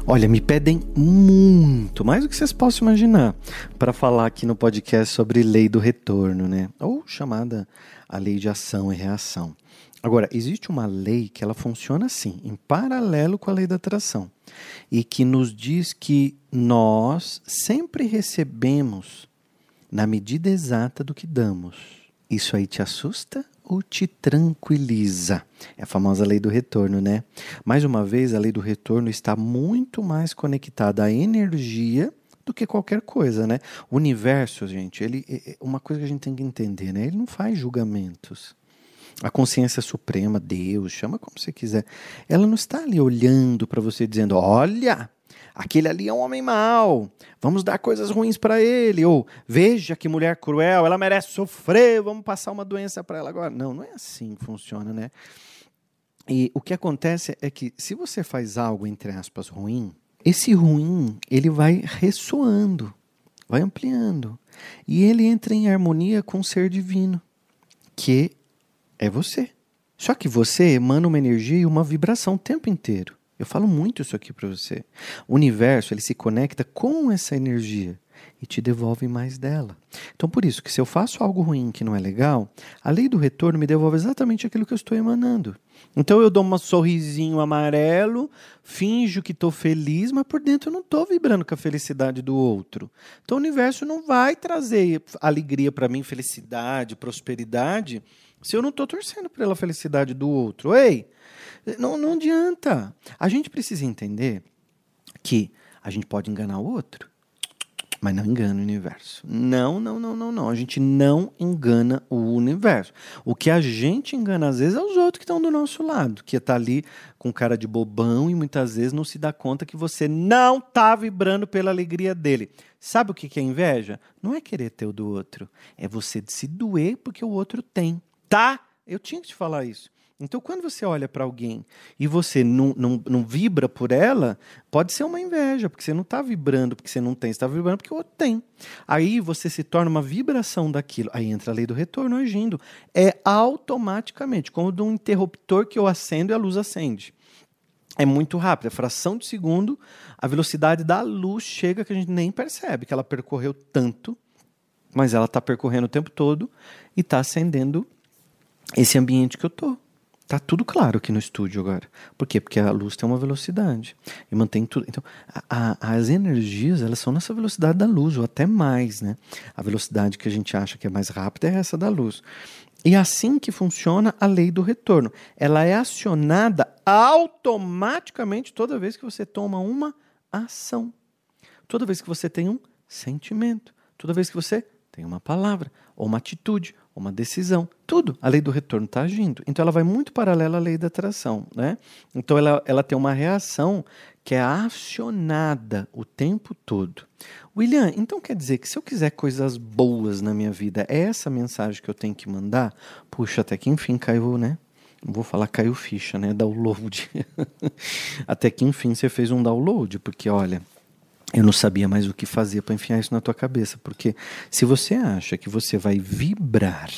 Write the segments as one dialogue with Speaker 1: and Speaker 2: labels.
Speaker 1: Olha, me pedem muito, mais do que vocês possam imaginar, para falar aqui no podcast sobre lei do retorno, né? Ou chamada a lei de ação e reação. Agora, existe uma lei que ela funciona assim, em paralelo com a lei da atração, e que nos diz que nós sempre recebemos na medida exata do que damos. Isso aí te assusta ou te tranquiliza? É a famosa lei do retorno, né? Mais uma vez, a lei do retorno está muito mais conectada à energia do que qualquer coisa, né? O universo, gente, uma coisa que a gente tem que entender, né? Ele não faz julgamentos. A consciência suprema, Deus, chama como você quiser, ela não está ali olhando para você dizendo, olha, aquele ali é um homem mau, vamos dar coisas ruins para ele, ou veja que mulher cruel, ela merece sofrer, vamos passar uma doença para ela agora. Não, não é assim que funciona, né? E o que acontece é que se você faz algo, entre aspas, ruim, esse ruim, ele vai ressoando, vai ampliando, e ele entra em harmonia com o ser divino, que é você. Só que você emana uma energia e uma vibração o tempo inteiro. Eu falo muito isso aqui para você. O universo, ele se conecta com essa energia e te devolve mais dela. Então, por isso que se eu faço algo ruim que não é legal, a lei do retorno me devolve exatamente aquilo que eu estou emanando. Então, eu dou um sorrisinho amarelo, finjo que estou feliz, mas por dentro eu não estou vibrando com a felicidade do outro. Então, o universo não vai trazer alegria para mim, felicidade, prosperidade, se eu não estou torcendo pela felicidade do outro. Ei, não adianta. A gente precisa entender que a gente pode enganar o outro, mas não engana o universo. Não. A gente não engana o universo. O que a gente engana, às vezes, é os outros que estão do nosso lado, que está ali com cara de bobão e muitas vezes não se dá conta que você não está vibrando pela alegria dele. Sabe o que é inveja? Não é querer ter o do outro. É você se doer porque o outro tem. Tá? Eu tinha que te falar isso. Então, quando você olha para alguém e você não vibra por ela, pode ser uma inveja, porque você não está vibrando porque você não tem, você está vibrando porque o outro tem. Aí você se torna uma vibração daquilo. Aí entra a lei do retorno agindo. É automaticamente, como de um interruptor que eu acendo e a luz acende. É muito rápido, é fração de segundo, a velocidade da luz chega que a gente nem percebe que ela percorreu tanto, mas ela está percorrendo o tempo todo e está acendendo esse ambiente que eu tô. Tá tudo claro aqui no estúdio agora. Por quê? Porque a luz tem uma velocidade e mantém tudo. Então, as energias, elas são nessa velocidade da luz, ou até mais, né? A velocidade que a gente acha que é mais rápida é essa da luz. E é assim que funciona a lei do retorno. Ela é acionada automaticamente toda vez que você toma uma ação. Toda vez que você tem um sentimento. Toda vez que você tem uma palavra, ou uma atitude, ou uma decisão. Tudo. A lei do retorno está agindo. Então, ela vai muito paralela à lei da atração, né? Então, ela tem uma reação que é acionada o tempo todo. William, então quer dizer que se eu quiser coisas boas na minha vida, é essa mensagem que eu tenho que mandar? Puxa, até que enfim caiu, né? Não vou falar caiu ficha, né? Download. Até que enfim você fez um download, porque olha, eu não sabia mais o que fazer para enfiar isso na tua cabeça, porque se você acha que você vai vibrar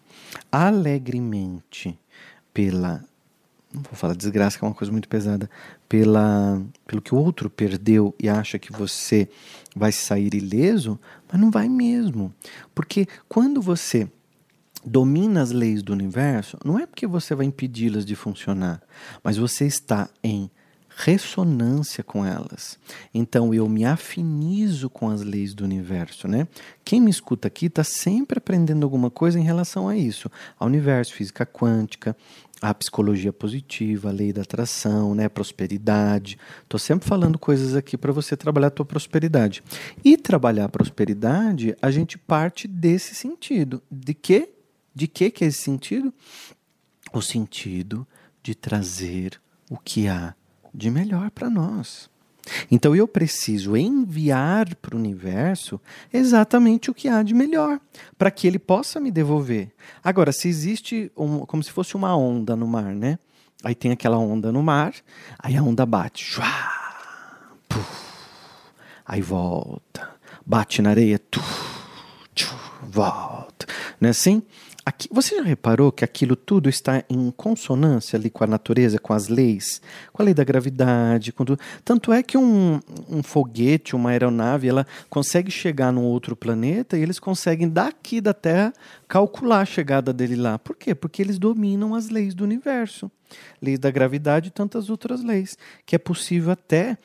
Speaker 1: alegremente pela, não vou falar desgraça, que é uma coisa muito pesada, pelo que o outro perdeu e acha que você vai sair ileso, mas não vai mesmo. Porque quando você domina as leis do universo, não é porque você vai impedi-las de funcionar, mas você está em ressonância com elas. Então eu me afinizo com as leis do universo, né? Quem me escuta aqui está sempre aprendendo alguma coisa em relação a isso, ao universo, física quântica, a psicologia positiva, a lei da atração, né? Prosperidade. Estou sempre falando coisas aqui para você trabalhar a tua prosperidade. E trabalhar a prosperidade, a gente parte desse sentido. De quê? De que é esse sentido? O sentido de trazer o que há de melhor para nós. Então eu preciso enviar para o universo exatamente o que há de melhor, para que ele possa me devolver. Agora, se existe como se fosse uma onda no mar, né? Aí tem aquela onda no mar, aí a onda bate, shua, puf, aí volta, bate na areia, volta, não é assim? Você já reparou que aquilo tudo está em consonância ali com a natureza, com as leis, com a lei da gravidade, com tudo. Tanto é que um foguete, uma aeronave, ela consegue chegar num outro planeta e eles conseguem daqui da Terra calcular a chegada dele lá. Por quê? Porque eles dominam as leis do universo, leis da gravidade e tantas outras leis, que é possível até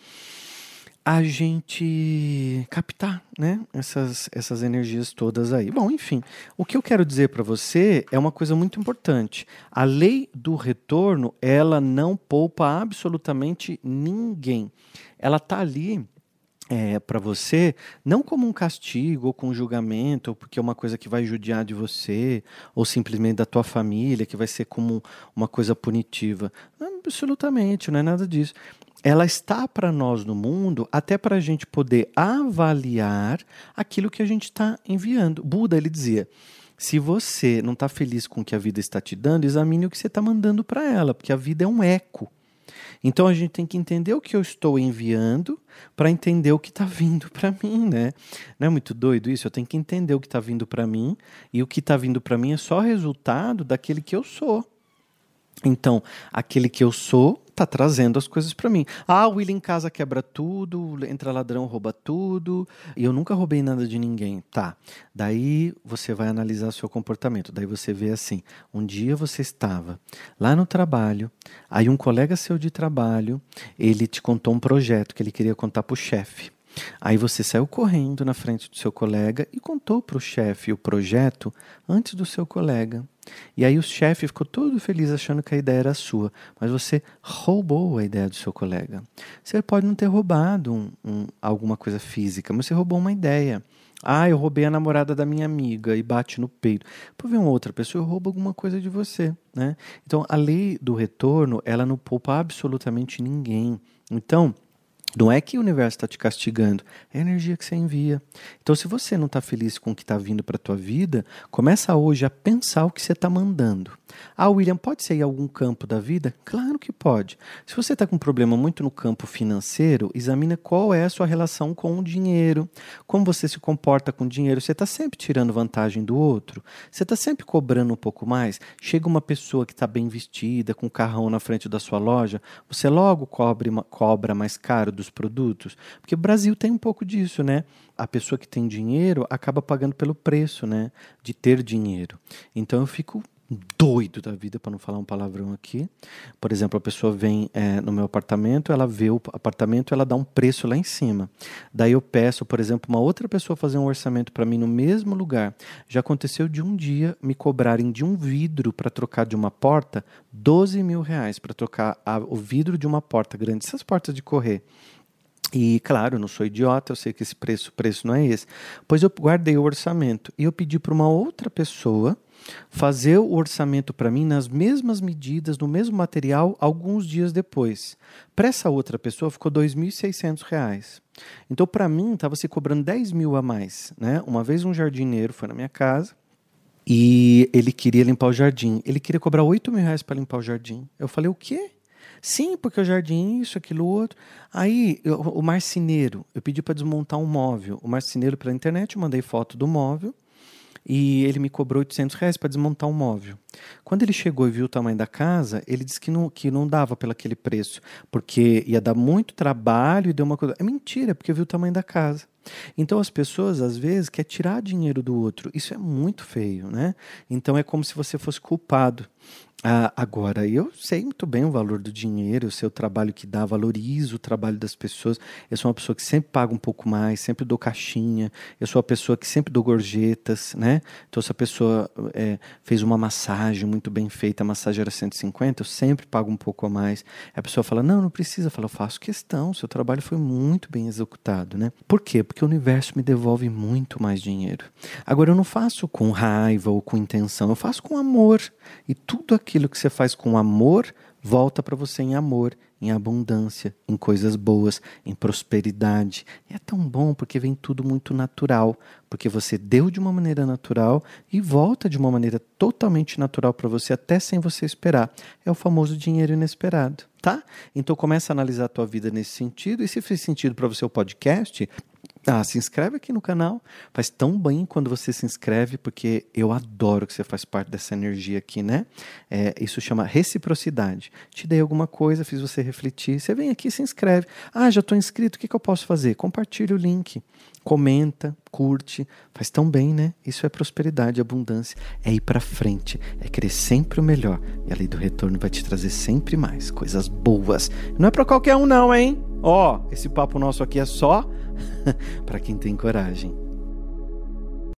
Speaker 1: a gente captar, né, essas energias todas aí. Bom, enfim, o que eu quero dizer para você é uma coisa muito importante. A lei do retorno, ela não poupa absolutamente ninguém. Ela está ali para você, não como um castigo ou com um julgamento, ou porque é uma coisa que vai judiar de você, ou simplesmente da tua família, que vai ser como uma coisa punitiva. Não, absolutamente, não é nada disso. Ela está para nós no mundo até para a gente poder avaliar aquilo que a gente está enviando. Buda, ele dizia, se você não está feliz com o que a vida está te dando, examine o que você está mandando para ela, porque a vida é um eco. Então a gente tem que entender o que eu estou enviando para entender o que está vindo para mim, né? Não é muito doido isso? Eu tenho que entender o que está vindo para mim, e o que está vindo para mim é só resultado daquele que eu sou. Então, aquele que eu sou está trazendo as coisas para mim. Ah, o William em casa quebra tudo, entra ladrão, rouba tudo, e eu nunca roubei nada de ninguém. Tá, daí você vai analisar seu comportamento, daí você vê assim, um dia você estava lá no trabalho, aí um colega seu de trabalho, ele te contou um projeto que ele queria contar para o chefe. Aí você saiu correndo na frente do seu colega e contou para o chefe o projeto antes do seu colega. E aí o chefe ficou todo feliz achando que a ideia era sua, mas você roubou a ideia do seu colega. Você pode não ter roubado alguma coisa física, mas você roubou uma ideia. Ah, eu roubei a namorada da minha amiga e bate no peito. Por ver uma outra pessoa, eu roubo alguma coisa de você, né? Então, a lei do retorno, ela não poupa absolutamente ninguém. Então, não é que o universo está te castigando, é a energia que você envia. Então, se você não está feliz com o que está vindo para a tua vida, começa hoje a pensar o que você está mandando. Ah, William, pode ser em algum campo da vida? Claro que pode. Se você está com um problema muito no campo financeiro, examina qual é a sua relação com o dinheiro, como você se comporta com o dinheiro. Você está sempre tirando vantagem do outro? Você está sempre cobrando um pouco mais? Chega uma pessoa que está bem vestida, com um carrão na frente da sua loja, você logo cobra mais caro dos produtos? Porque o Brasil tem um pouco disso, né? A pessoa que tem dinheiro acaba pagando pelo preço, né, de ter dinheiro. Então eu fico doido da vida, para não falar um palavrão aqui. Por exemplo, a pessoa vem no meu apartamento, ela vê o apartamento, ela dá um preço lá em cima. Daí eu peço, por exemplo, uma outra pessoa fazer um orçamento para mim no mesmo lugar. Já aconteceu de um dia me cobrarem de um vidro para trocar de uma porta R$ 12.000 para trocar o vidro de uma porta grande, essas portas de correr. E, claro, eu não sou idiota, eu sei que esse preço não é esse. Pois eu guardei o orçamento e eu pedi para uma outra pessoa fazer o orçamento para mim nas mesmas medidas, no mesmo material, alguns dias depois. Para essa outra pessoa ficou R$ 2.600. Então, para mim, estava se cobrando 10 mil a mais, né? Uma vez um jardineiro foi na minha casa e ele queria limpar o jardim. Ele queria cobrar R$ 8.000 para limpar o jardim. Eu falei, o quê? Sim, porque o jardim, isso, aquilo, outro. Aí, o marceneiro, eu pedi para desmontar um móvel. O marceneiro, pela internet, eu mandei foto do móvel e ele me cobrou R$ 800 para desmontar um móvel. Quando ele chegou e viu o tamanho da casa, ele disse que não dava pelo aquele preço, porque ia dar muito trabalho e deu uma coisa. É mentira, porque viu o tamanho da casa. Então as pessoas, às vezes, querem tirar dinheiro do outro. Isso é muito feio, né? Então é como se você fosse culpado. Agora, eu sei muito bem o valor do dinheiro, eu sei o trabalho que dá, valorizo o trabalho das pessoas. Eu sou uma pessoa que sempre paga um pouco mais, sempre dou caixinha. Eu sou uma pessoa que sempre dou gorjetas, né? Então, se a pessoa fez uma massagem muito bem feita, a massagem era 150, eu sempre pago um pouco a mais. A pessoa fala, não precisa. Eu falo, eu faço questão, seu trabalho foi muito bem executado, né? Por quê? Porque o universo me devolve muito mais dinheiro. Agora, eu não faço com raiva ou com intenção, eu faço com amor. E tudo aquilo que você faz com amor, volta para você em amor, em abundância, em coisas boas, em prosperidade. E é tão bom porque vem tudo muito natural, porque você deu de uma maneira natural e volta de uma maneira totalmente natural para você, até sem você esperar. É o famoso dinheiro inesperado, tá? Então começa a analisar a tua vida nesse sentido, e se fez sentido para você o podcast, Se inscreve aqui no canal. Faz tão bem quando você se inscreve, porque eu adoro que você faz parte dessa energia aqui, né? Isso chama reciprocidade. Te dei alguma coisa, fiz você refletir. Você vem aqui e se inscreve. Já estou inscrito, o que eu posso fazer? Compartilha o link, comenta, curte. Faz tão bem, né? Isso é prosperidade, abundância. É ir pra frente, é querer sempre o melhor. E a lei do retorno vai te trazer sempre mais coisas boas. Não é pra qualquer um não, hein? Esse papo nosso aqui é só para quem tem coragem.